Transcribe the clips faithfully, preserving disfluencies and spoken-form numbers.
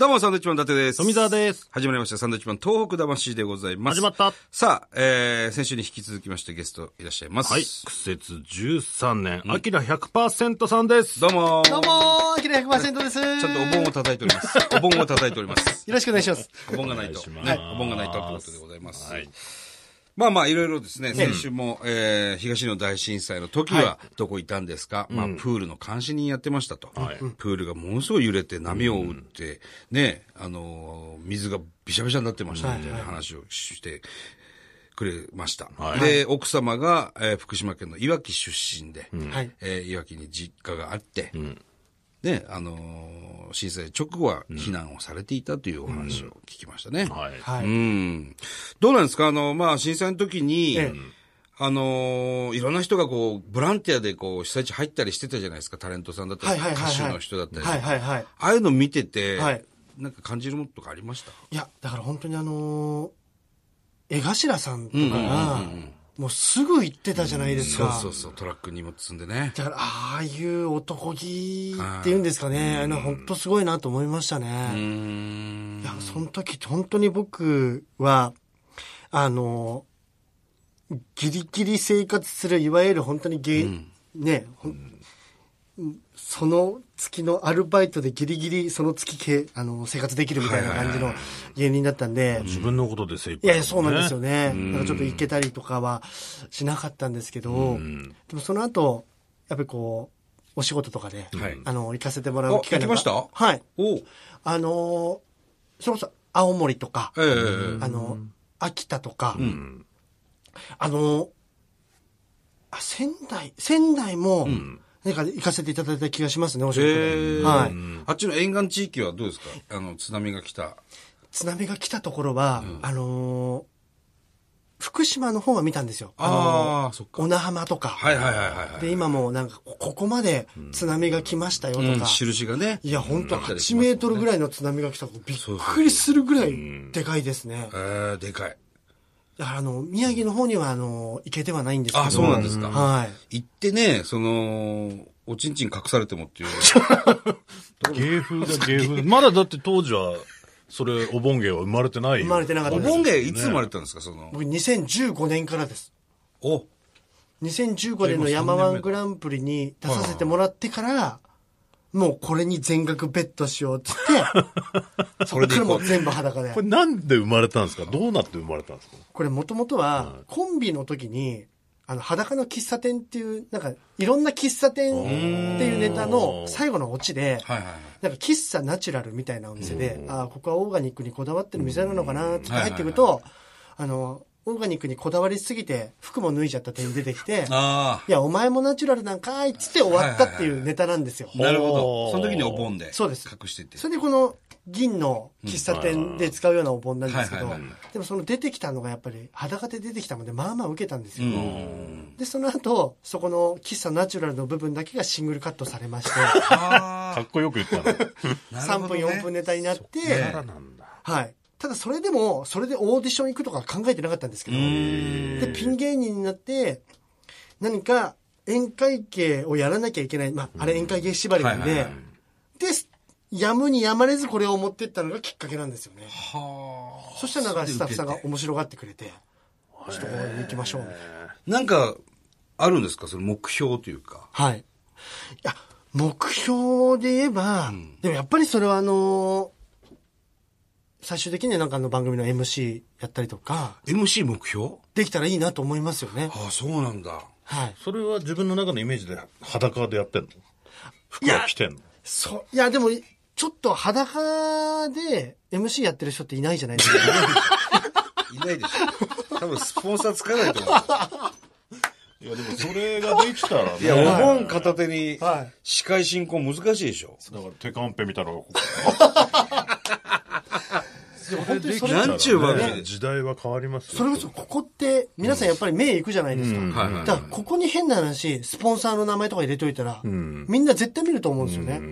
どうも、サンドウィッチマン伊達です。 富澤です。 始まりました、サンドウィッチマン東北魂でございます。 始まった。 さあ、えー、先週に引き続きましてゲストいらっしゃいます。 はい。苦節じゅうさんねん、アキラ ひゃくパーセント さんです。 どうもー。 どうもー、アキラ ひゃくパーセント です。ちゃんとお盆を叩いております。お盆を叩いております。 よろしくお願いします。 お盆がないと。ね、お盆がないとということでございます。はい。まあまあ、いろいろですね、先週も、えー、東日本大震災の時は、どこいたんですか、はい、まあ、プールの監視人やってましたと。はい、プールがものすごい揺れて、波を打って、ね、あのー、水がびしゃびしゃになってましたみたいな話をしてくれました。はい、で、奥様が、えー、福島県のいわき出身で、はい、えー、いわきに実家があって、うん、ね、あのー、震災直後は避難をされていたというお話を聞きましたね。うん、はい。うん。どうなんですかあの、まあ、震災の時に、ええ、あのー、いろんな人がこう、ボランティアでこう、被災地入ったりしてたじゃないですか。タレントさんだったり、歌手の人だったり。はいはいはい。ああいうの見てて、はい、なんか感じるものとかありました？ いや、だから本当にあのー、江頭さんとかが、うんうんうんうんもうすぐ行ってたじゃないですか。 うん、そうそうそう、トラック荷物積んでね。 だから、ああいう男気っていうんですかね。あの、本当すごいなと思いましたね。うーんいや、その時、本当に僕は、あの、ギリギリ生活する、いわゆる本当にゲイ、うん、ね、うん、その月のアルバイトでギリギリその月けあの生活できるみたいな感じの芸人だったんで、 自分のことで精一杯、ね、 いやいやそうなんですよね。なんかちょっと行けたりとかはしなかったんですけど、でもその後やっぱりこうお仕事とかで、はい、あの行かせてもらう機会が行きました？ はい。おあのそれこそ青森とか、えー、あの秋田とか、うん、あのあ仙台仙台も、うんなんか行かせていただいた気がしますね、お仕事で。はい。 あっちの沿岸地域はどうですか？あの、津波が来た。 津波が来たところは、うん、あのー、福島の方は見たんですよ。 ああ、そっか。 小名浜とか。 はいはいはいはい。 で、今もなんか、ここまで津波が来ましたよとか。うん、 印がね。 いや、本当はちメートルぐらいの津波が来たらびっくりするぐらいでかいですね。 えー、でかい。 だからあの、宮城の方にはあの、行けてはないんですけど。 あ、そうなんですか。 はい。 行ってね、その、おちんちん隠されてもっていう。 芸風が芸風。まだだって当時は、それ、お盆芸は生まれてないよ。 生まれてなかったです。お盆芸いつ生まれたんですか、その。 僕にせんじゅうごねんからです。 おにせんじゅうごねんのヤマワングランプリに出させてもらってから、もうこれに全額ベットしようって言って、それからもう全部裸で。 これなんで生まれたんですか？どうなって生まれたんですか？ これもともとは、コンビの時に、あの、裸の喫茶店っていう、なんか、いろんな喫茶店っていうネタの最後のオチで、はいはいはい、なんか喫茶ナチュラルみたいなお店で、ああ、ここはオーガニックにこだわってる店なのかなって入っていくと、はいはいはい、あの、オーガニックにこだわりすぎて服も脱いじゃった点出てきて、いや、お前もナチュラルなんかいっつって終わったっていうネタなんですよ。 はいはいはい、なるほど。その時にお盆で。そうです。隠してて。 それでこの銀の喫茶店で使うようなお盆なんですけど、でもその出てきたのがやっぱり裸で出てきたので、まあまあ受けたんですよ。で、その後、そこの喫茶ナチュラルの部分だけがシングルカットされまして、 かっこよく言ったの。 さんぷんよんぷんネタになって、はい。ただそれでも、それでオーディション行くとか考えてなかったんですけど、で、ピン芸人になって、何か宴会芸をやらなきゃいけない。まあ、あれ宴会芸縛りなんで、で、やむにやまれずこれを持ってったのがきっかけなんですよね。はあ。そしたらなんかスタッフさんが面白がってくれて、ちょっとここに行きましょう。 なんか、あるんですかその目標というか。 はい。いや、目標で言えば、うん、でもやっぱりそれはあのー、最終的にはなんかあの番組の エムシー やったりとか。 エムシー 目標できたらいいなと思いますよね。 ああ、そうなんだ。 はい。それは自分の中のイメージで裸でやってんの？服は着てんの？ そう。いや、でも、ちょっと裸で エムシー やってる人っていないじゃないですか。 いないでしょ。多分スポンサーつかないと思う。 いや、でもそれができたらね。 いや、お盆片手に司会進行難しいでしょ。 だから手カンペ見たら。 本当にそれなんちゅう番組で時代は変わりますよ。 それこそここって皆さんやっぱり目行くじゃないですか。うん、だからここに変な話スポンサーの名前とか入れといたら、うん、みんな絶対見ると思うんですよね。うん、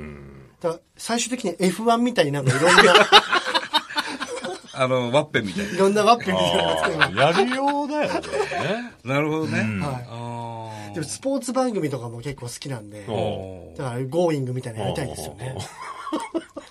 だから最終的に エフワン みたいになんかいろんなあのワッペンみたいな。 いろんなワッペンみたいなのがつける。やりようだよね。 なるほどね。うん、 はい。でもスポーツ番組とかも結構好きなんで、だからゴーイングみたいなのやりたいですよね。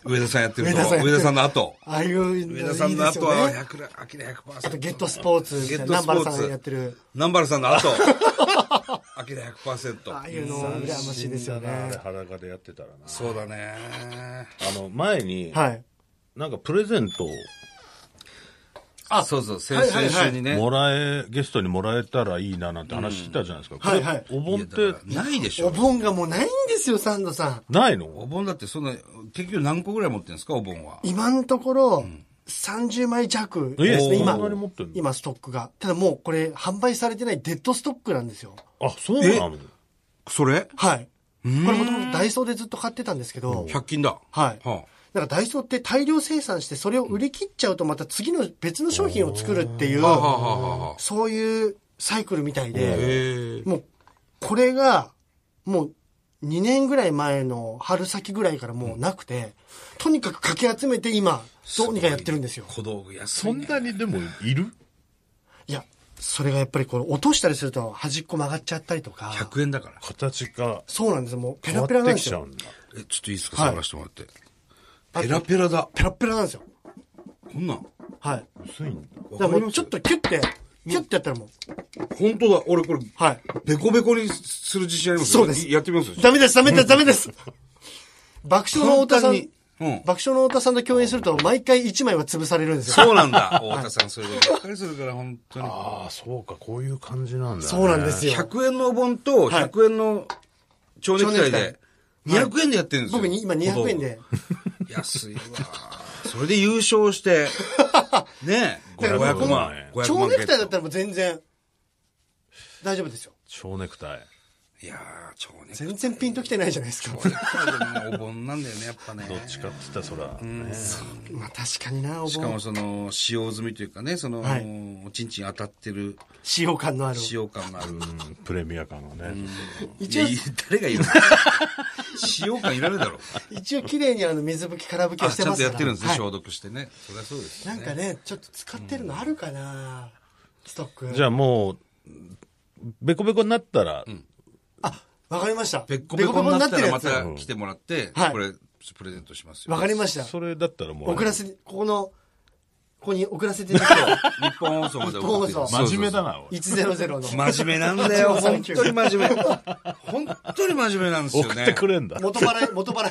上田さんやってると。 上田さんやってる上田さんの後。 ああいうのいい上田ですよね。 さんの後は、ひゃく、アキラひゃくパーセント。 あと、ゲットスポーツみたいな。 ゲットスポーツ南原さんやってる。 南原さんの後。アキラひゃくパーセント。 ああいうの羨ましいですよあれね。 裸でやってたらな。 そうだね。 あの、前に、 はい。 なんかプレゼントをあ、そうそう、先はいはいはい 々週にね。 もらえ、ゲストにもらえたらいいななんて話してたじゃないですか。これはいはいお盆っいやだかてらないでしょ。 お盆がもうないんですよ、サンドさん。 ないのお盆だってそんな、結局何個ぐらい持ってるんですか、お盆は。 今のところ、さんじゅうまい弱ですね、今えそんなに持ってんの。 今ストックが。ただもうこれ販売されてないデッドストックなんですよ。 あ、そうなのそれはい。これもともとダイソーでずっと買ってたんですけど、 ひゃく均だ。 はい。 はなんかダイソーって大量生産してそれを売り切っちゃうとまた次の別の商品を作るっていうあ。、はあ、はあ、はあ、はあ。 そういうサイクルみたいで、 へえ。 もうこれがもうにねんぐらい前の春先ぐらいからもうなくて、とにかくかき集めて今、どうにかやってるんですよ。 小道具安そんいね。 なにでもいるいや、それがやっぱりこう落としたりすると端っこ曲がっちゃったりとか。 ひゃくえんだから。 形がそうなんですよ。もうペ変わっラペラなんてですよ。 きちゃうんだ。 え、ちょっといいですか、 はい触らせてもらって。ペラペラだ。 ペラペラなんですよ。 こんなん。 はい。 薄いんだ。 だからもうちょっとキュッて、キュッてやったらもう、 本当だ。俺これ、 はい。 ベコベコにする自信ありますそうですやってみますよ。 ダメです、ダメです、ダメです。爆笑の太田さん、 簡単にうん。 爆笑の太田さんと共演すると毎回いちまいは潰されるんですよ。 そうなんだ。太田さん、それでばっかりするから、本当に。 ああ、そうか、こういう感じなんだ、ね。 そうなんですよ。 ひゃくえんのお盆とひゃくえんの蝶ネクタイ蝶ネクタで、にひゃくえんでやってるんですよ。 僕に今にひゃくえんで。 安いわ。それで優勝して、ねえ、ごひゃくまん。ごひゃくまん蝶ネクタイだったら。 らもう全然、大丈夫ですよ。 蝶ネクタイ。 いやー、蝶ネクタイ。 全然ピンときてないじゃないですか。 蝶ネクタイでもお盆なんだよね、やっぱね。 どっちかって言ったらそら、ね。 まあ確かにな、おしかも盆。 その、使用済みというかね、その、 はいおちんちん当たってる、 使用感のある。 使用感がある。 うんプレミア感がね。 いやいや誰が言うの使用感いらないだろ。 一応綺麗にあの水拭き、空拭きをあ、ちゃんしてますから。 とやってるんですね、 はい消毒してね。そりゃそうですよね。 なんかね、ちょっと使ってるのあるかな、ストック。 じゃあもう、ベコベコになったら、 あ、わかりました。 べっこべこになったらまベコベコになってるやた来てもらって、 はいこれ、プレゼントしますつ。 よ。 わかりました。 それだったらもう、 送らせて、ここの、ここに送らせていただく日本放送まで送って日本放送真面目だな、 と、 俺いちゼロゼロの。 真面目なんだよ。本当に真面目。本当に真面目なんですよね。 送ってくれんだ。 元払い、元払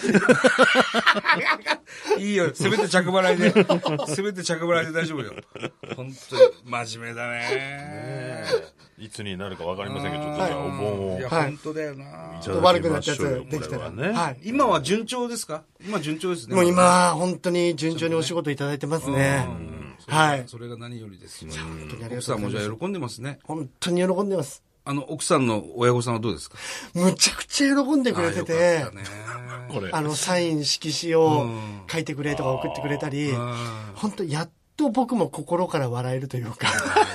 い。 いいよ。せめて着払いで。せめて着払いで大丈夫よ。本当に真面目だね。 いつになるかわかりませんけど、ちょっとじゃあお盆をいや、 いはい本当だよな。 ただき悪くなったやつましょうよ、 できたら。 これはね。 はい。 今は順調ですか？今順調ですね。 もう今、本当に順調にお仕事いただいてますね。はい。 それが何よりですよ。 本当にありが奥さんもとうございます。 じゃあ喜んでますね。 本当に喜んでます。 あの、奥さんの親御さんはどうですか？ むちゃくちゃ喜んでくれてて、 あよかったね。 これ。 あの、サイン色紙を書いてくれとか送ってくれたり、本当やっと僕も心から笑えるというか、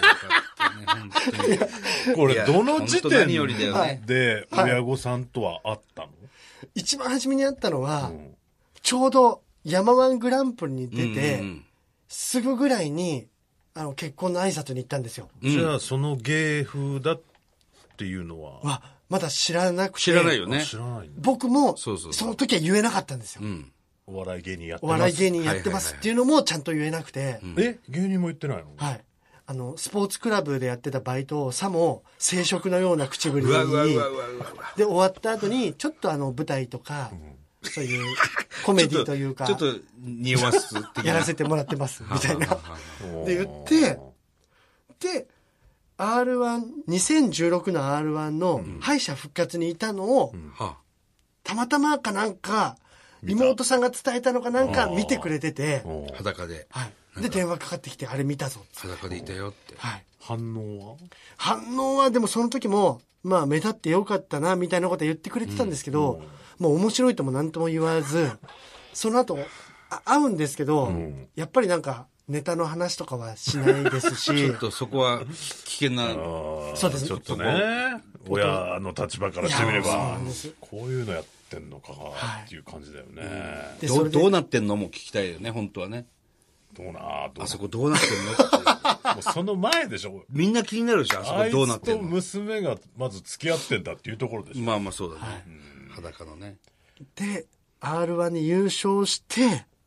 これ、どの時点何よりだよね。 で親御さんとは会ったの一番初めに会ったのは、ちょうど山ワングランプリに出て、すぐぐらいに、あの、結婚の挨拶に行ったんですよ。 じゃあ、その芸風だっていうのは、 は、まだ知らなくて。 知らないよね。 知らないの僕も、 そうそうそうその時は言えなかったんですよ。 うん。 お笑い芸人やっておます。 笑い芸人やってますっていうのもちゃんと言えなくて、 え芸人も言ってないのはい。あの、スポーツクラブでやってたバイトをさも生殖のような口ぶりにうわうわうわうわうわうわ。 で、終わった後に、ちょっとあの、舞台とか、そういうコメディというか、 ちょっと、ちょっと匂わす的な。 やらせてもらってます、みたいな。 おーで、言って、で、アールワン、にせんじゅうろくの アールワン の敗者復活にいたのを、 はたまたまかなんか、妹さんが伝えたのかなんか見てくれてて、 おーあ裸で、 はい。で、電話かかってきて、あれ見たぞ。 裸でいたよって。 はい。 反応は反応はでもその時も、まあ目立ってよかったな、みたいなこと言ってくれてたんですけど、もう面白いとも何とも言わず、その後、あ会うんですけど、 んやっぱりなんか、ネタの話とかはしないですし、 ちょっとそこは危険な、 あーそうですちょっとね、親の立場からしてみれいやそうばなんです、 こういうのやってんのかっていう感じだよね。 でそれでどうどうなってんのも聞きたいよね、本当はね。 どうなどうあそこどうなってんのって。 もうその前でしょ。 みんな気になるでしょ、あそこあいつとどうなってんの。 娘がまず付き合ってんだっていうところでしょ。 まあまあそうだね。裸のね。 で、アールワン に優勝して、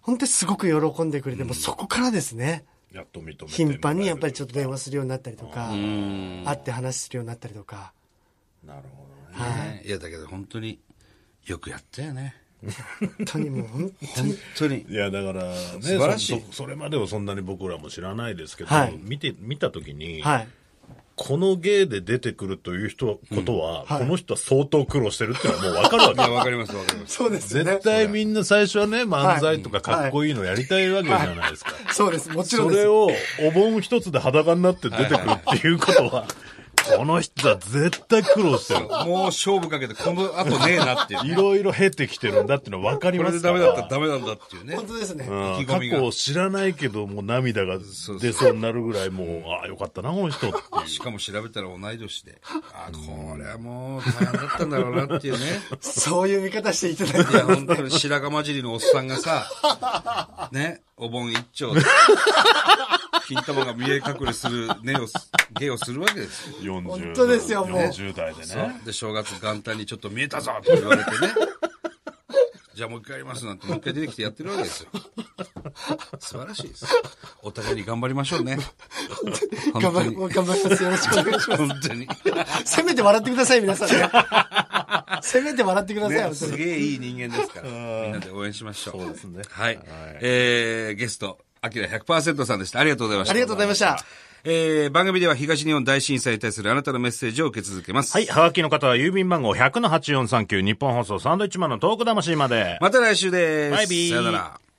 本当にすごく喜んでくれて、もうそこからですね。 やっと認めて頻繁にやっぱりちょっと電話するようになったりとか、 うん会って話するようになったりとか。 なるほどね。 ねいや、だけど本当によくやったよね。 本当にもう本当本に。 当に。 いや、だからね、 素晴らしいそそれまではそんなに僕らも知らないですけど、 はい見て、見たときに、 はい。 この芸で出てくるという人は、ことは、 はいこの人は相当苦労してるっていうのはもうわかるわいや、 け。 わかりますわかります。 そうですよね。 絶対みんな最初はね、漫才とかかっこいいのやりたいわけじゃないですか。 そうです。もちろんです。 それをお盆一つで裸になって出てくるっていうことは、この人は絶対苦労してる。 もう勝負かけて、この後ねえなっていう、ね。 いろいろ経てきてるんだっていうのは分かりこれますから。 でダメだったらダメなんだっていうね。 本当ですね。 うん意気込みが過去を知らないけど、もう涙が出そうになるぐらい、もう、ああ、よかったな、この人っていう。 しかも調べたら同い年で。ああ、これはもう大変だったんだろうなっていうね。 そういう見方していただいて。 いや、本当に白髪混じりのおっさんがさ、ね、お盆一丁で、金玉が見え隠れする、ねを、芸をするわけですよ。 よんじゅう本当ですよもうよんじゅう代でそうね。 で、正月元旦にちょっと見えたぞって言われてね。じゃあもう一回やりますなんて、もう一回出てきてやってるわけですよ。素晴らしいです。お互いに頑張りましょうね。 頑張り、頑張ります。よろしくお願いします。 本当に。 せめて笑ってください、皆さんね。せめて笑ってください、 ね、 本当に。 すげえいい人間ですから。みんなで応援しましょう。 そうですね。 はい。えー、ゲスト、アキラ ひゃくパーセント さんでした。ありがとうございました。 ありがとうございました。 えー、番組では東日本大震災に対するあなたのメッセージを受け続けます。 はい。はがきの方は郵便番号 ひゃくのはちよんさんきゅう 日本放送サンドイッチマンのトーク魂まで。 また来週です。 バイビーさよなら。